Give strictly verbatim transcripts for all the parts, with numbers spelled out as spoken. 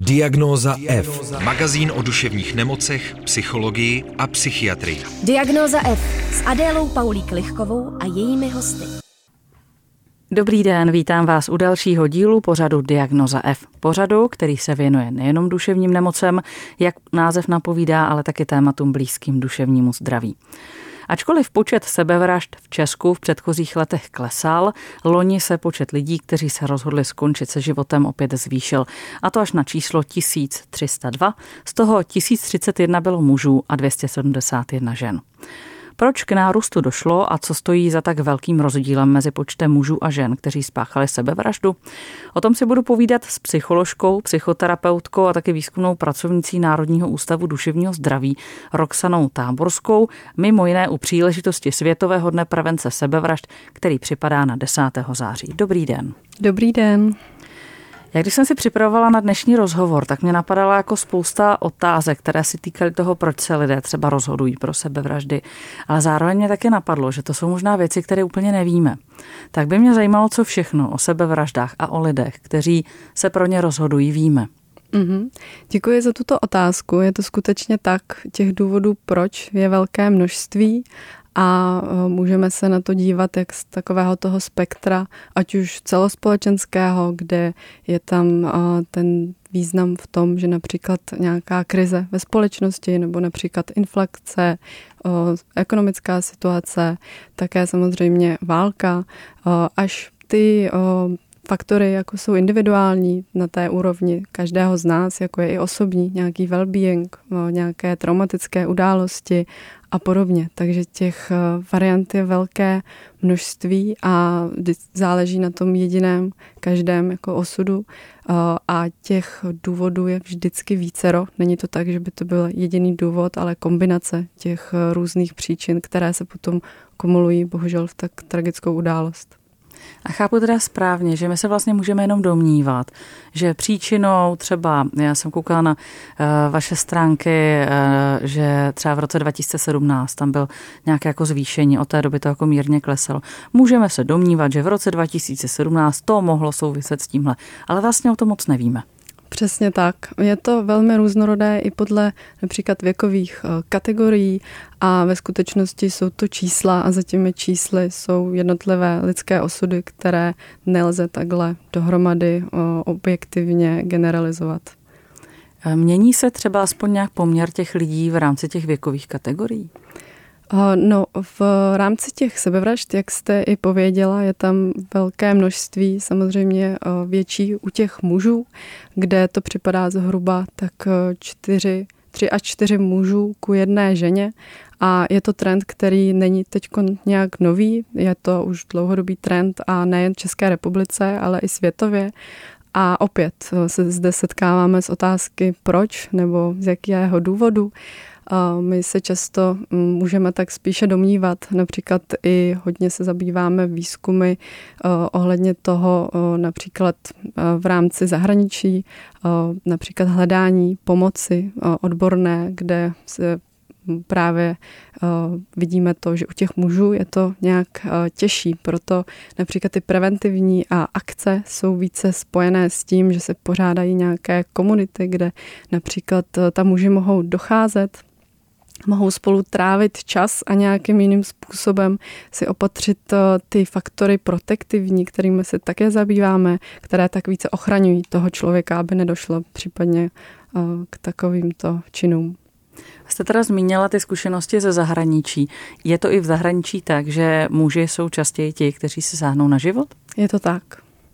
Diagnóza F. Magazín o duševních nemocech, psychologii a psychiatrii. Diagnóza F s Adélou Paulík-Lichkovou a jejími hosty. Dobrý den, vítám vás u dalšího dílu pořadu Diagnóza F. Pořadu, který se věnuje nejenom duševním nemocem, jak název napovídá, ale taky tématům blízkým duševnímu zdraví. Ačkoliv počet sebevražd v Česku v předchozích letech klesal, loni se počet lidí, kteří se rozhodli skončit se životem, opět zvýšil. A to až na číslo tisíc tři sta dva, z toho tisíc třicet jedna bylo mužů a dvě stě sedmdesát jedna žen. Proč k nárůstu došlo a co stojí za tak velkým rozdílem mezi počtem mužů a žen, kteří spáchali sebevraždu? O tom si budu povídat s psycholožkou, psychoterapeutkou a taky výzkumnou pracovnicí Národního ústavu duševního zdraví Roxanou Táborskou, mimo jiné u příležitosti Světového dne prevence sebevražd, který připadá na desátého září. Dobrý den. Dobrý den. Jak když jsem si připravovala na dnešní rozhovor, tak mě napadala jako spousta otázek, které si týkaly toho, proč se lidé třeba rozhodují pro sebevraždy. Ale zároveň mě taky napadlo, že to jsou možná věci, které úplně nevíme. Tak by mě zajímalo, co všechno o sebevraždách a o lidech, kteří se pro ně rozhodují, víme. Mm-hmm. Děkuji za tuto otázku. Je to skutečně tak. Těch důvodů, proč, je velké množství. A můžeme se na to dívat jak z takového toho spektra, ať už celospolečenského, kde je tam ten význam v tom, že například nějaká krize ve společnosti nebo například inflace, ekonomická situace, také samozřejmě válka, až ty faktory, jako jsou individuální na té úrovni každého z nás, jako je i osobní, nějaký well-being, nějaké traumatické události a podobně. Takže těch variant je velké množství a záleží na tom jediném, každém jako osudu a těch důvodů je vždycky vícero. Není to tak, že by to byl jediný důvod, ale kombinace těch různých příčin, které se potom kumulují bohužel v tak tragickou událost. A chápu teda správně, že my se vlastně můžeme jenom domnívat, že příčinou třeba, já jsem koukala na uh, vaše stránky, uh, že třeba v roce dva tisíce sedmnáct tam byl nějaké jako zvýšení, od té doby to jako mírně klesalo. Můžeme se domnívat, že v roce dva tisíce sedmnáct to mohlo souviset s tímhle, ale vlastně o tom moc nevíme. Přesně tak. Je to velmi různorodé i podle například věkových kategorií a ve skutečnosti jsou to čísla a za těmi čísly jsou jednotlivé lidské osudy, které nelze takhle dohromady objektivně generalizovat. Mění se třeba aspoň nějak poměr těch lidí v rámci těch věkových kategorií? No, v rámci těch sebevražd, jak jste i pověděla, je tam velké množství, samozřejmě větší u těch mužů, kde to připadá zhruba tak čtyři, tři až čtyři mužů ku jedné ženě. A je to trend, který není teď nějak nový, je to už dlouhodobý trend a nejen v České republice, ale i světově. A opět se zde setkáváme s otázky proč nebo z jakého důvodu. My se často můžeme tak spíše domnívat, například i hodně se zabýváme výzkumy ohledně toho, například v rámci zahraničí, například hledání pomoci odborné, kde se právě vidíme to, že u těch mužů je to nějak těžší, proto například ty preventivní a akce jsou více spojené s tím, že se pořádají nějaké komunity, kde například tam muži mohou docházet, mohou spolu trávit čas a nějakým jiným způsobem si opatřit ty faktory protektivní, kterými se také zabýváme, které tak více ochraňují toho člověka, aby nedošlo případně k takovýmto činům. Jste teda zmínila ty zkušenosti ze zahraničí. Je to i v zahraničí tak, že muži jsou častěji ti, kteří si sáhnou na život? Je to tak.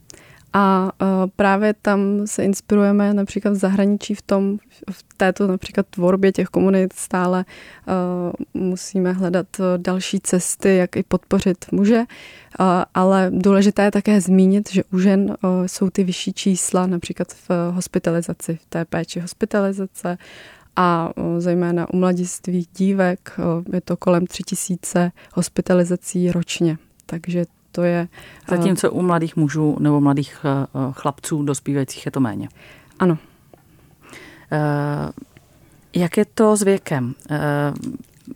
A právě tam se inspirujeme například v zahraničí v tom, v této například tvorbě těch komunit stále uh, musíme hledat další cesty, jak i podpořit muže, uh, ale důležité je také zmínit, že u žen uh, jsou ty vyšší čísla například v hospitalizaci, v té péči hospitalizace a uh, zejména u mladistvých dívek uh, je to kolem tři tisíce hospitalizací ročně, takže to je... Zatímco u mladých mužů nebo mladých chlapců dospívajících je to méně. Ano. Jak je to s věkem?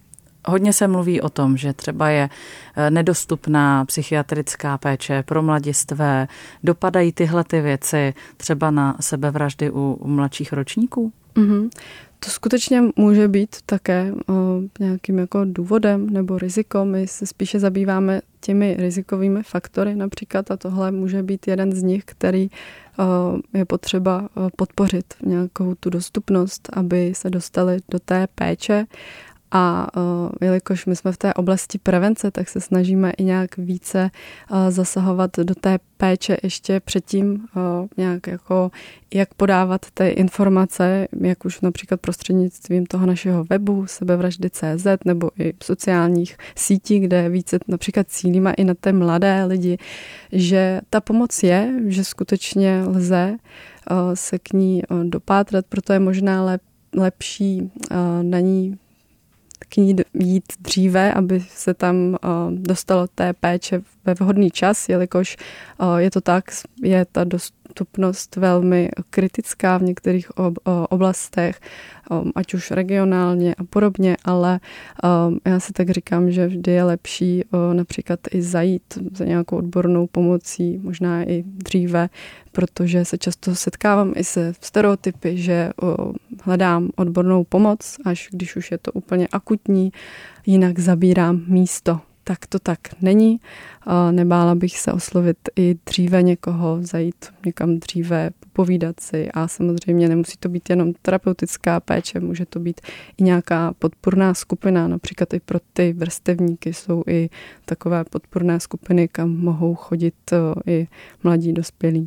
Hodně se mluví o tom, že třeba je nedostupná psychiatrická péče pro mladistvé. Dopadají tyhle ty věci třeba na sebevraždy u, u mladších ročníků? Mm-hmm. To skutečně může být také uh, nějakým jako důvodem nebo riziko. My se spíše zabýváme těmi rizikovými faktory například a tohle může být jeden z nich, který uh, je potřeba uh, podpořit nějakou tu dostupnost, aby se dostali do té péče. A uh, jelikož my jsme v té oblasti prevence, tak se snažíme i nějak více uh, zasahovat do té péče ještě předtím, uh, nějak jako, jak podávat ty informace, jak už například prostřednictvím toho našeho webu sebevraždy tečka cé zet nebo i sociálních sítí, kde více například cílíme i na ty mladé lidi, že ta pomoc je, že skutečně lze uh, se k ní uh, dopátrat, proto je možná lep, lepší uh, na ní k ní jít dříve, aby se tam uh, dostalo té péče ve vhodný čas, jelikož uh, je to tak, je ta dostupnost velmi kritická v některých ob, uh, oblastech, um, ať už regionálně a podobně, ale um, já si tak říkám, že vždy je lepší uh, například i zajít za nějakou odbornou pomocí, možná i dříve, protože se často setkávám i se stereotypy, že uh, hledám odbornou pomoc, až když už je to úplně akutní, jinak zabírám místo. Tak to tak není. Nebála bych se oslovit i dříve někoho, zajít někam dříve, povídat si a samozřejmě nemusí to být jenom terapeutická péče, může to být i nějaká podpůrná skupina, například i pro ty vrstevníky jsou i takové podpůrné skupiny, kam mohou chodit i mladí dospělí.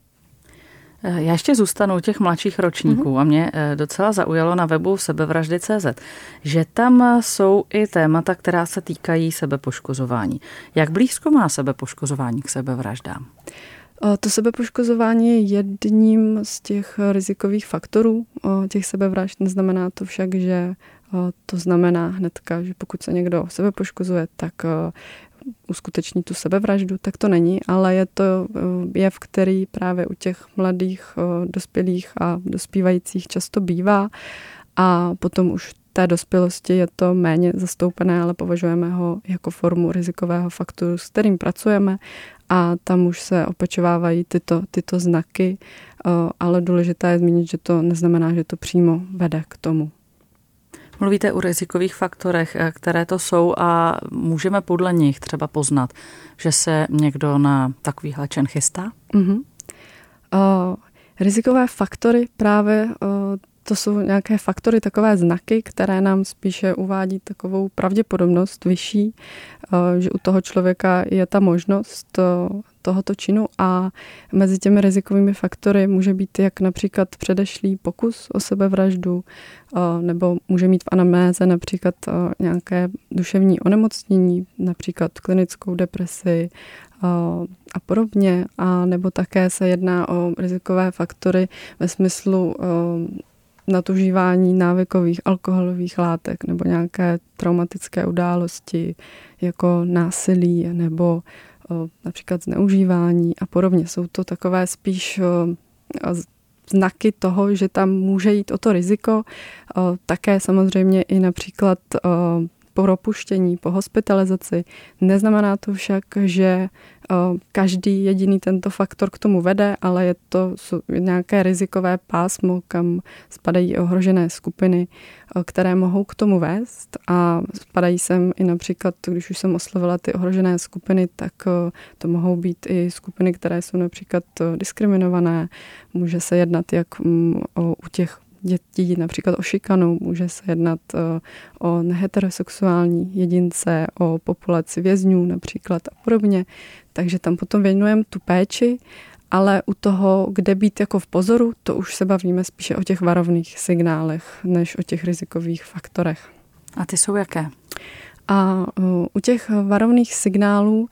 Já ještě zůstanu u těch mladších ročníků mm-hmm. a mě docela zaujalo na webu sebevraždy tečka cé zet, že tam jsou i témata, která se týkají sebepoškozování. Jak blízko má sebepoškozování k sebevraždám? To sebepoškozování je jedním z těch rizikových faktorů těch sebevražd. Neznamená to však, že to znamená hnedka, že pokud se někdo sebepoškozuje, tak uskuteční tu sebevraždu, tak to není, ale je to jev, který právě u těch mladých dospělých a dospívajících často bývá a potom už v té dospělosti je to méně zastoupené, ale považujeme ho jako formu rizikového faktoru, s kterým pracujeme a tam už se opečovávají tyto, tyto znaky, ale důležité je zmínit, že to neznamená, že to přímo vede k tomu. Mluvíte o rizikových faktorech, které to jsou a můžeme podle nich třeba poznat, že se někdo na takovýhle čin chystá? Mm-hmm. Uh, rizikové faktory právě uh, to jsou nějaké faktory, takové znaky, které nám spíše uvádí takovou pravděpodobnost vyšší, že u toho člověka je ta možnost tohoto činu a mezi těmi rizikovými faktory může být jak například předešlý pokus o sebevraždu, nebo může mít v anamnéze například nějaké duševní onemocnění, například klinickou depresi a podobně, a nebo také se jedná o rizikové faktory ve smyslu nadužívání návykových alkoholových látek nebo nějaké traumatické události jako násilí nebo o, například zneužívání a podobně. Jsou to takové spíš o, znaky toho, že tam může jít o to riziko. O, také samozřejmě i například o, po propuštění, po hospitalizaci. Neznamená to však, že každý jediný tento faktor k tomu vede, ale je to nějaké rizikové pásmo, kam spadají ohrožené skupiny, které mohou k tomu vést a spadají sem i například, když už jsem oslovila ty ohrožené skupiny, tak to mohou být i skupiny, které jsou například diskriminované. Může se jednat jak o, u těch dětí, například o šikanu, může se jednat o neheterosexuální jedince, o populaci vězňů například a podobně. Takže tam potom věnujeme tu péči, ale u toho, kde být jako v pozoru, to už se bavíme spíše o těch varovných signálech, než o těch rizikových faktorech. A ty jsou jaké? A u těch varovných signálů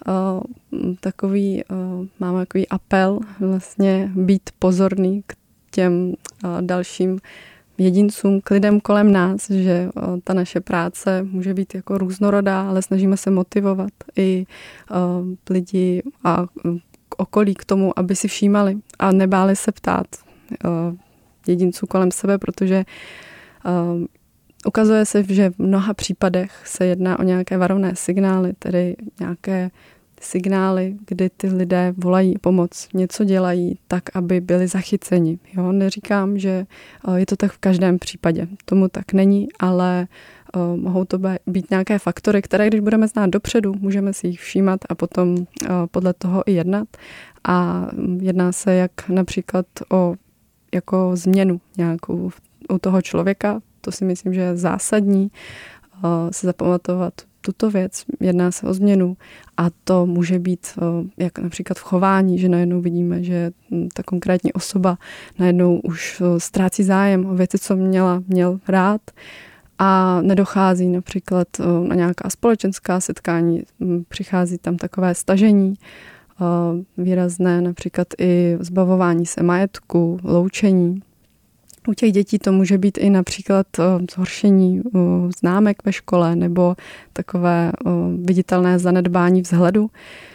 takový, máme takový apel vlastně být pozorný k těm dalším jedincům, k lidem kolem nás, že ta naše práce může být jako různorodá, ale snažíme se motivovat i lidi a okolí k tomu, aby si všímali a nebáli se ptát jedinců kolem sebe, protože ukazuje se, že v mnoha případech se jedná o nějaké varovné signály, tedy nějaké signály, kdy ty lidé volají pomoc, něco dělají tak, aby byli zachyceni. Jo, neříkám, že je to tak v každém případě. Tomu tak není, ale mohou to být nějaké faktory, které když budeme znát dopředu, můžeme si jich všímat a potom podle toho i jednat. A jedná se jak například o jako změnu nějakou u toho člověka. To si myslím, že je zásadní se zapamatovat tuto věc. Jedná se o změnu a to může být jak například v chování, že najednou vidíme, že ta konkrétní osoba najednou už ztrácí zájem o věci, co měla, měl rád a nedochází například na nějaká společenská setkání, přichází tam takové stažení výrazné, například i zbavování se majetku, loučení. U těch dětí to může být i například zhoršení známek ve škole nebo takové viditelné zanedbání vzhledu.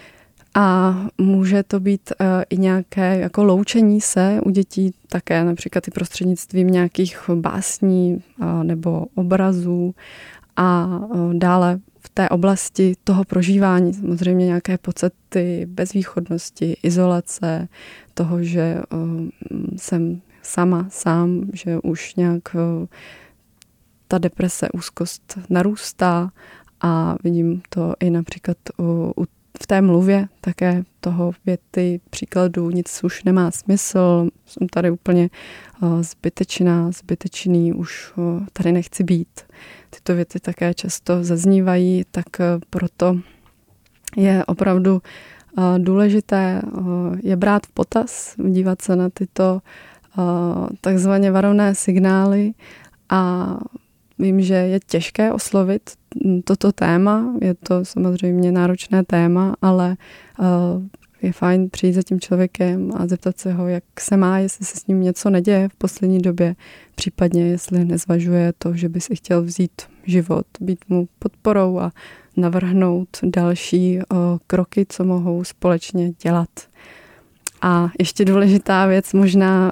A může to být i nějaké jako loučení se u dětí také například i prostřednictvím nějakých básní nebo obrazů a dále v té oblasti toho prožívání samozřejmě nějaké pocity bezvýchodnosti, izolace, toho, že jsem sama, sám, že už nějak ta deprese, úzkost narůstá a vidím to i například u, u, v té mluvě také toho věty příkladů, nic už nemá smysl, jsem tady úplně zbytečná, zbytečný, už tady nechci být. Tyto věty také často zaznívají, tak proto je opravdu důležité je brát v potaz, dívat se na tyto takzvaně varovné signály a vím, že je těžké oslovit toto téma, je to samozřejmě náročné téma, ale je fajn přijít za tím člověkem a zeptat se ho, jak se má, jestli se s ním něco neděje v poslední době, případně jestli nezvažuje to, že by si chtěl vzít život, být mu podporou a navrhnout další kroky, co mohou společně dělat. A ještě důležitá věc, možná,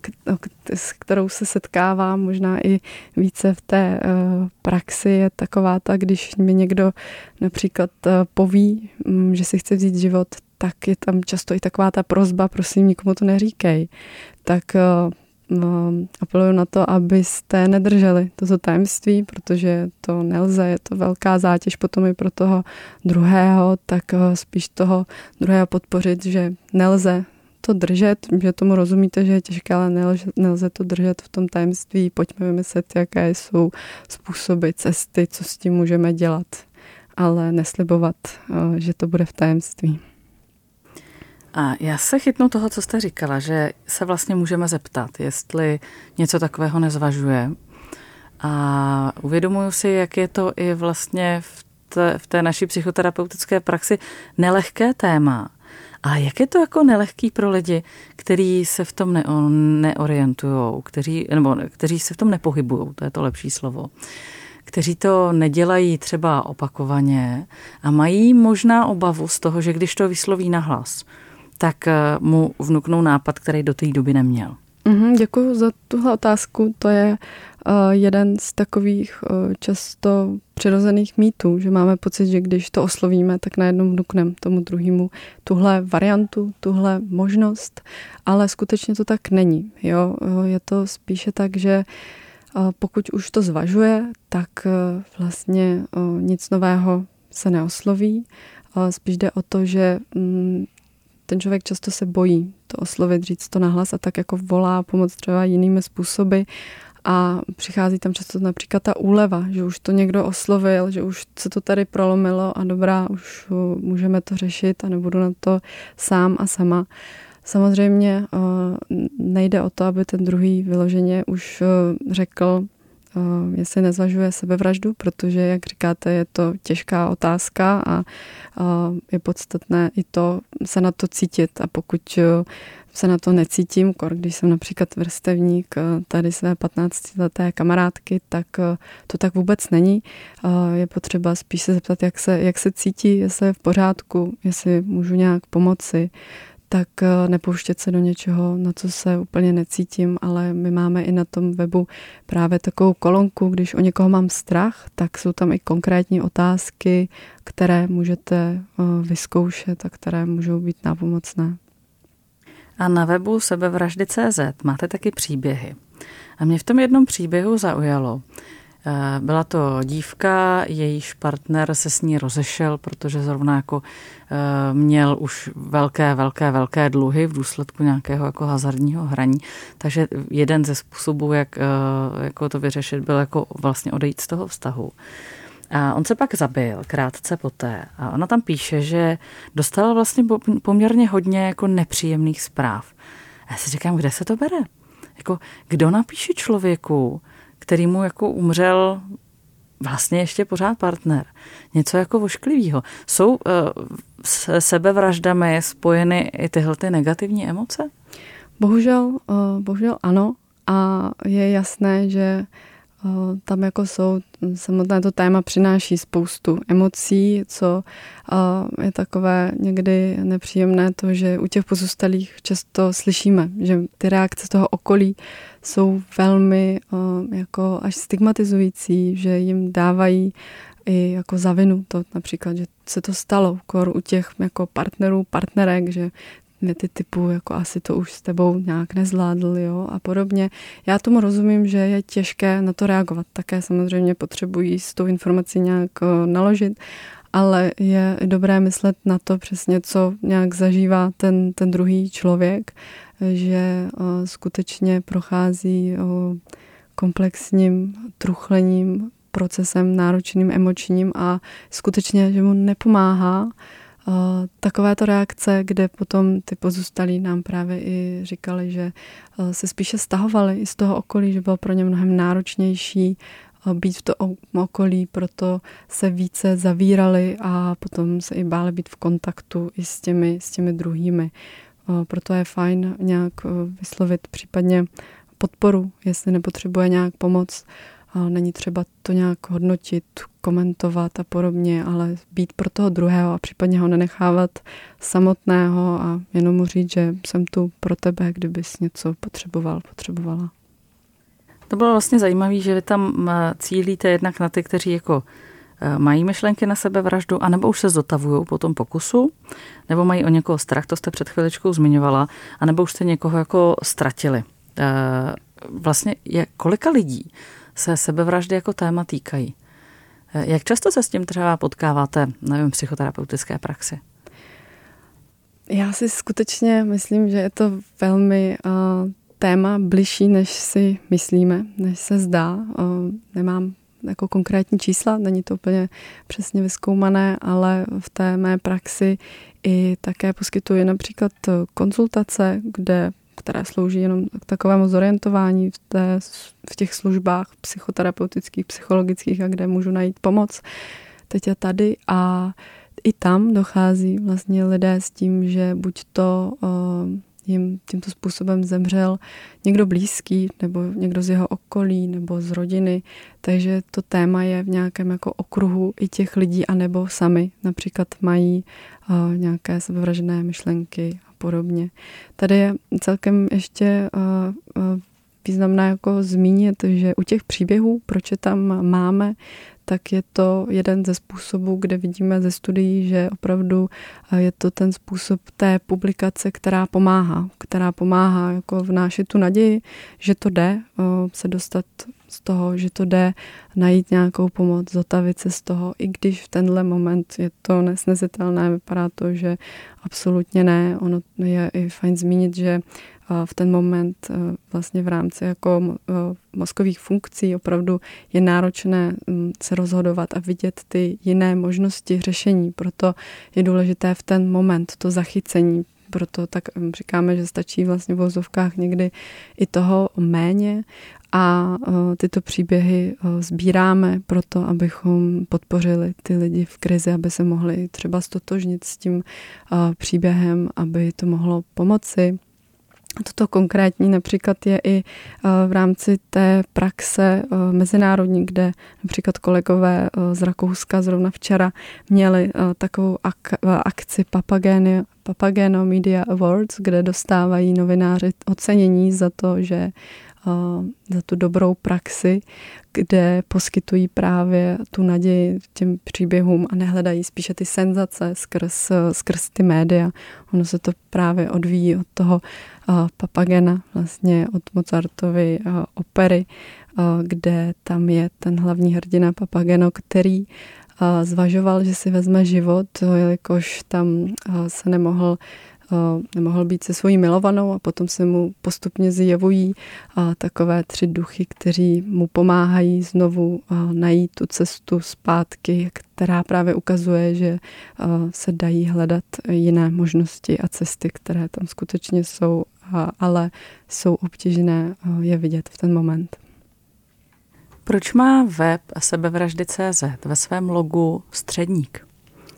s kterou se setkávám, možná i více v té praxi, je taková ta, když mi někdo například poví, že si chce vzít život, tak je tam často i taková ta prosba, prosím, nikomu to neříkej. Tak apeluju na to, abyste nedrželi toto tajemství, protože to nelze, je to velká zátěž potom i pro toho druhého, tak spíš toho druhého podpořit, že nelze to držet, že tomu rozumíte, že je těžké, ale nelze, nelze to držet v tom tajemství. Pojďme vymyslet, jaké jsou způsoby, cesty, co s tím můžeme dělat, ale neslibovat, že to bude v tajemství. A já se chytnu toho, co jste říkala, že se vlastně můžeme zeptat, jestli něco takového nezvažuje. A uvědomuju si, jak je to i vlastně v té, v té naší psychoterapeutické praxi nelehké téma. A jak je to jako nelehký pro lidi, kteří se v tom ne, neorientujou, kteří, nebo kteří se v tom nepohybují, to je to lepší slovo, kteří to nedělají třeba opakovaně a mají možná obavu z toho, že když to vysloví nahlas, tak mu vnuknou nápad, který do té doby neměl. Děkuji za tuhle otázku. To je jeden z takových často přirozených mýtů, že máme pocit, že když to oslovíme, tak najednou vnukneme tomu druhému tuhle variantu, tuhle možnost, ale skutečně to tak není. Jo? Je to spíše tak, že pokud už to zvažuje, tak vlastně nic nového se neosloví. Spíš jde o to, že ten člověk často se bojí to oslovit, říct to nahlas a tak jako volá pomoc třeba jinými způsoby a přichází tam často například ta úleva, že už to někdo oslovil, že už se to tady prolomilo a dobrá, už můžeme to řešit a nebudu na to sám a sama. Samozřejmě nejde o to, aby ten druhý vyloženě už řekl, jestli nezvažuje sebevraždu, protože, jak říkáte, je to těžká otázka a je podstatné i to se na to cítit. A pokud se na to necítím, když jsem například vrstevník tady své patnáctileté kamarádky, tak to tak vůbec není. Je potřeba spíš se zeptat, jak se, jak se cítí, jestli je v pořádku, jestli můžu nějak pomoci. tak nepouštět se do něčeho, na co se úplně necítím, ale my máme i na tom webu právě takovou kolonku, když o někoho mám strach, tak jsou tam i konkrétní otázky, které můžete vyzkoušet a které můžou být nápomocné. A na webu sebevraždy tečka cé zet máte taky příběhy. A mě v tom jednom příběhu zaujalo. Byla to dívka, jejíž partner se s ní rozešel, protože zrovna jako měl už velké, velké, velké dluhy v důsledku nějakého jako hazardního hraní. Takže jeden ze způsobů, jak jako to vyřešit, byl jako vlastně odejít z toho vztahu. A on se pak zabil krátce poté. A ona tam píše, že dostala vlastně poměrně hodně jako nepříjemných zpráv. A já si říkám, kde se to bere? Jako, kdo napíše člověku, který mu jako umřel vlastně ještě pořád partner. Něco jako ošklivýho. Jsou uh, s sebevraždami spojeny i tyhle ty negativní emoce? Bohužel, uh, bohužel ano. A je jasné, že uh, tam jako jsou, samotné to téma přináší spoustu emocí, co uh, je takové někdy nepříjemné to, že u těch pozůstalých často slyšíme, že ty reakce toho okolí jsou velmi uh, jako až stigmatizující, že jim dávají i jako za vinu to například, že se to stalo kor u těch jako partnerů, partnerek, že ty typu, jako asi to už s tebou nějak nezvládl, jo, a podobně. Já tomu rozumím, že je těžké na to reagovat. Také samozřejmě potřebují s tou informací nějak naložit, ale je dobré myslet na to přesně, co nějak zažívá ten, ten druhý člověk, že uh, skutečně prochází uh, komplexním truchlením, procesem náročným, emočním a skutečně, že mu nepomáhá uh, takovéto reakce, kde potom ty pozůstalí nám právě i říkali, že uh, se spíše stahovali i z toho okolí, že bylo pro ně mnohem náročnější uh, být v tom okolí, proto se více zavírali a potom se i báli být v kontaktu i s těmi, s těmi druhými. Proto je fajn nějak vyslovit případně podporu, jestli nepotřebuje nějak pomoc. Není třeba to nějak hodnotit, komentovat a podobně, ale být pro toho druhého a případně ho nenechávat samotného a jenom mu říct, že jsem tu pro tebe, kdybys něco potřeboval, potřebovala. To bylo vlastně zajímavé, že vy tam cílíte jednak na ty, kteří jako mají myšlenky na sebevraždu, anebo už se zotavují po tom pokusu, nebo mají o někoho strach, to jste před chviličkou zmiňovala, anebo už jste někoho jako ztratili. Vlastně je, kolika lidí se sebevraždy jako téma týkají? Jak často se s tím třeba potkáváte, nevím, v psychoterapeutické praxi? Já si skutečně myslím, že je to velmi uh, téma bližší, než si myslíme, než se zdá. Uh, nemám jako konkrétní čísla, není to úplně přesně vyzkoumané, ale v té mé praxi i také poskytuji například konzultace, kde, které slouží jenom k takovému zorientování v, té, v těch službách psychoterapeutických, psychologických a kde můžu najít pomoc teď a tady a i tam dochází vlastně lidé s tím, že buď to uh, jim tímto způsobem zemřel někdo blízký, nebo někdo z jeho okolí, nebo z rodiny. Takže to téma je v nějakém jako okruhu i těch lidí, anebo sami například mají uh, nějaké sebevražedné myšlenky a podobně. Tady je celkem ještě uh, uh, významné jako zmínit, že u těch příběhů, proč je tam máme, tak je to jeden ze způsobů, kde vidíme ze studií, že opravdu je to ten způsob té publikace, která pomáhá, která pomáhá jako vnášet tu naději, že to jde se dostat z toho, že to jde najít nějakou pomoc, zotavit se z toho, i když v tenhle moment je to nesnesitelné, vypadá to, že absolutně ne. Ono je i fajn zmínit, že v ten moment vlastně v rámci jako mozkových funkcí opravdu je náročné se rozhodovat a vidět ty jiné možnosti řešení. Proto je důležité v ten moment to zachycení. Proto tak říkáme, že stačí vlastně v vozovkách někdy i toho méně a tyto příběhy sbíráme proto, abychom podpořili ty lidi v krizi, aby se mohli třeba stotožnit s tím příběhem, aby to mohlo pomoci. Toto konkrétní například je i v rámci té praxe mezinárodní, kde například kolegové z Rakouska zrovna včera měli takovou ak- akci Papageno, Papageno Media Awards, kde dostávají novináři ocenění za to, že za tu dobrou praxi, kde poskytují právě tu naději těm příběhům a nehledají spíše ty senzace skrz, skrz ty média. Ono se to právě odvíjí od toho Papagena, vlastně od Mozartovy opery, kde tam je ten hlavní hrdina Papageno, který zvažoval, že si vezme život, jelikož tam se nemohl nemohl být se svojí milovanou a potom se mu postupně zjevují takové tři duchy, kteří mu pomáhají znovu najít tu cestu zpátky, která právě ukazuje, že se dají hledat jiné možnosti a cesty, které tam skutečně jsou, ale jsou obtížné je vidět v ten moment. Proč má web sebevraždy tečka cé zet ve svém logu středník?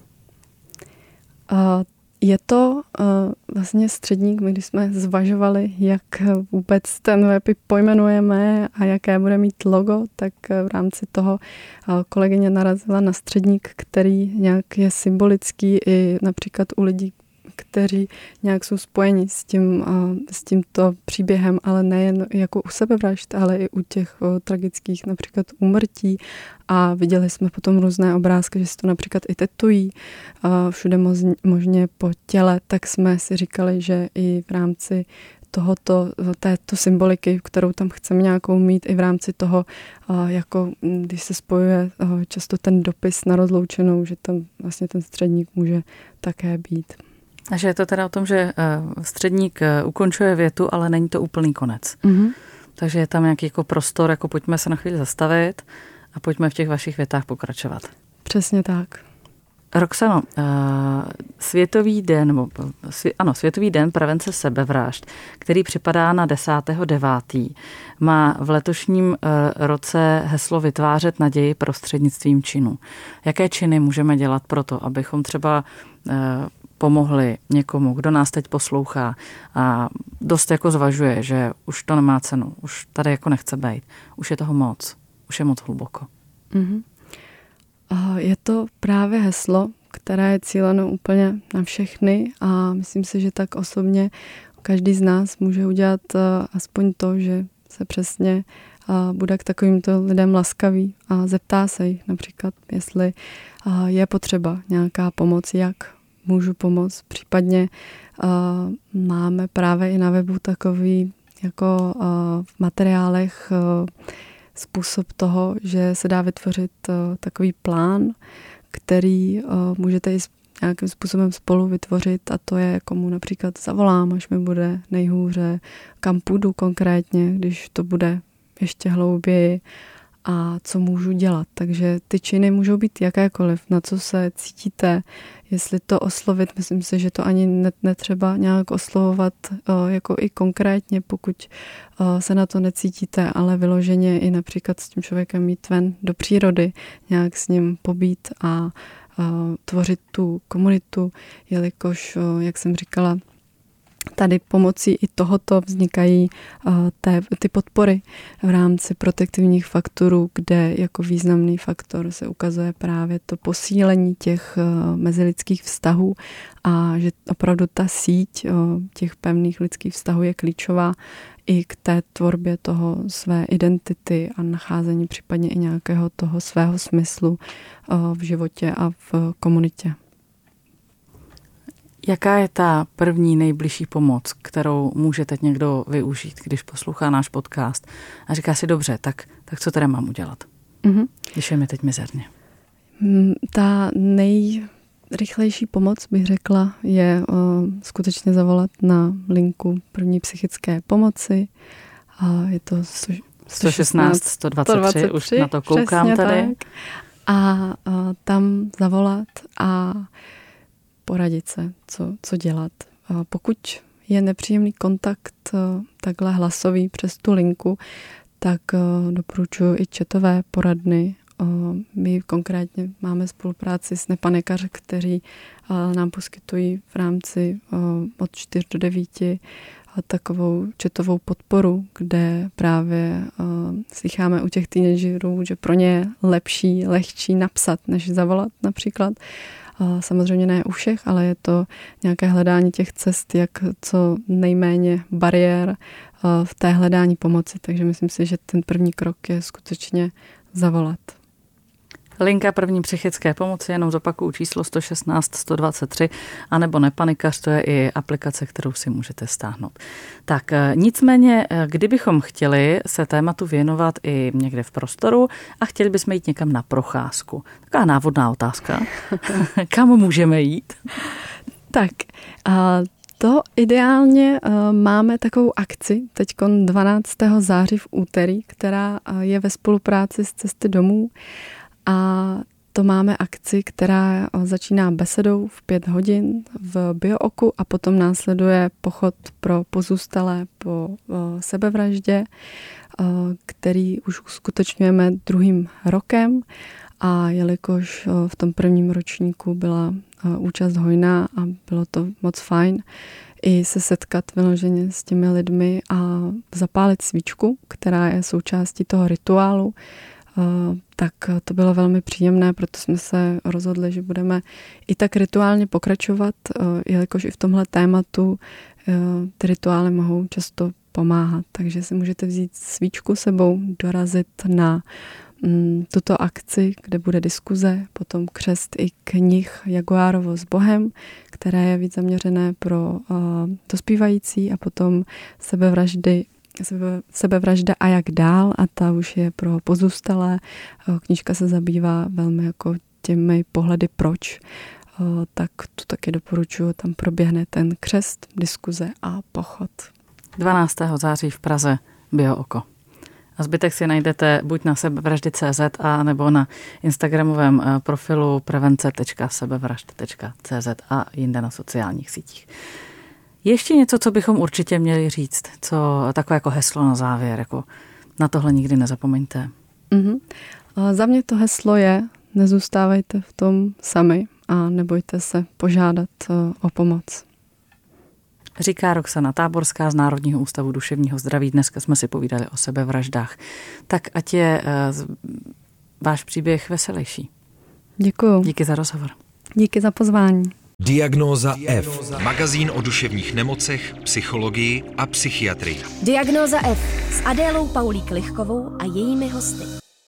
Uh, Je to uh, vlastně středník, my když jsme zvažovali, jak vůbec ten web pojmenujeme a jaké bude mít logo, tak v rámci toho uh, kolegyně narazila na středník, který nějak je symbolický i například u lidí, kteří nějak jsou spojeni s tím, s tímto příběhem, ale nejen jako u sebevražd, ale i u těch tragických například úmrtí. A viděli jsme potom různé obrázky, že si to například i tetují všude možně po těle, tak jsme si říkali, že i v rámci tohoto, této symboliky, kterou tam chceme nějakou mít i v rámci toho, jako když se spojuje často ten dopis na rozloučenou, že tam vlastně ten středník může také být. A že je to teda o tom, že středník ukončuje větu, ale není to úplný konec. Mm-hmm. Takže je tam nějaký jako prostor, jako pojďme se na chvíli zastavit a pojďme v těch vašich větách pokračovat. Přesně tak. Roxano, Světový den, nebo, ano, Světový den prevence sebevražd, který připadá na desátého devátého má v letošním roce heslo Vytvářet naději prostřednictvím činu. Jaké činy můžeme dělat pro to, abychom třeba pomohli někomu, kdo nás teď poslouchá a dost jako zvažuje, že už to nemá cenu, už tady jako nechce být, už je toho moc, už je moc hluboko. Mm-hmm. Je to právě heslo, které je cíleno úplně na všechny a myslím si, že tak osobně každý z nás může udělat aspoň to, že se přesně bude k takovýmto lidem laskavý a zeptá se jich například, jestli je potřeba nějaká pomoc, jak můžu pomoct. Případně máme právě i na webu takový jako v materiálech způsob toho, že se dá vytvořit takový plán, který můžete i nějakým způsobem spolu vytvořit a to je, komu například zavolám, až mi bude nejhůře, kam půjdu konkrétně, když to bude ještě hlouběji a co můžu dělat. Takže ty činy můžou být jakékoliv, na co se cítíte, jestli to oslovit, myslím si, že to ani netřeba nějak oslovovat jako i konkrétně, pokud se na to necítíte, ale vyloženě i například s tím člověkem mít ven do přírody, nějak s ním pobít a tvořit tu komunitu, jelikož, jak jsem říkala, tady pomocí i tohoto vznikají uh, té, ty podpory v rámci protektivních faktorů, kde jako významný faktor se ukazuje právě to posílení těch uh, mezilidských vztahů a že opravdu ta síť uh, těch pevných lidských vztahů je klíčová i k té tvorbě toho své identity a nacházení případně i nějakého toho svého smyslu uh, v životě a v komunitě. Jaká je ta první nejbližší pomoc, kterou může teď někdo využít, když poslouchá náš podcast a říká si dobře, tak, tak co teda mám udělat, mm-hmm. když je mi teď mizerně? Ta nejrychlejší pomoc, bych řekla, je uh, skutečně zavolat na linku první psychické pomoci. Uh, je to sto šestnáct sto dvacet tři, už na to koukám tady. Tak. A uh, tam zavolat a poradit se, co, co dělat. Pokud je nepříjemný kontakt takhle hlasový přes tu linku, tak doporučuji i chatové poradny. My konkrétně máme spolupráci s Nepanikař, kteří nám poskytují v rámci od čtyř do devíti takovou četovou podporu, kde právě uh, slycháme u těch teenagerů, že pro ně je lepší, lehčí napsat, než zavolat například. Uh, samozřejmě ne u všech, ale je to nějaké hledání těch cest, jak co nejméně bariér uh, v té hledání pomoci. Takže myslím si, že ten první krok je skutečně zavolat. Linka první psychické pomoci, jenom zopakuju číslo sto šestnáct sto dvacet tři, anebo Nepanikař, to je i aplikace, kterou si můžete stáhnout. Tak nicméně, kdybychom chtěli se tématu věnovat i někde v prostoru a chtěli bychom jít někam na procházku. Taková návodná otázka. Kam můžeme jít? Tak, a to ideálně máme takovou akci teď dvanáctého září v úterý, která je ve spolupráci s Cesty domů. A to máme akci, která začíná besedou v pět hodin v Biooku a potom následuje pochod pro pozůstalé po sebevraždě, který už uskutečňujeme druhým rokem. A jelikož v tom prvním ročníku byla účast hojná a bylo to moc fajn, i se setkat vyloženě s těmi lidmi a zapálit svíčku, která je součástí toho rituálu, tak to bylo velmi příjemné, proto jsme se rozhodli, že budeme i tak rituálně pokračovat, jelikož i v tomhle tématu ty rituály mohou často pomáhat. Takže si můžete vzít svíčku sebou, dorazit na tuto akci, kde bude diskuze, potom křest i knih Jaguárovo s Bohem, které je víc zaměřené pro dospívající, a potom sebevraždy Sebe, sebevražda a jak dál, a ta už je pro pozůstalé. Knížka se zabývá velmi jako těmi pohledy proč, tak tu taky doporučuji, tam proběhne ten křest, diskuze a pochod. dvanáctého září v Praze Biooko. A zbytek si najdete buď na sebevraždy tečka cé zet a nebo na instagramovém profilu prevence tečka sebevražd tečka cé zet a jinde na sociálních sítích. Ještě něco, co bychom určitě měli říct, co takové jako heslo na závěr, jako na tohle nikdy nezapomeňte. Mm-hmm. Za mě to heslo je: nezůstávejte v tom sami a nebojte se požádat o pomoc. Říká Roxana Táborská z Národního ústavu duševního zdraví. Dneska jsme si povídali o sebevraždách. Tak ať je uh, váš příběh veselější. Děkuju. Díky za rozhovor. Díky za pozvání. Diagnóza F. Magazín o duševních nemocech, psychologii a psychiatrii. Diagnóza F s Adélou Paulík Lichkovou a jejími hosty.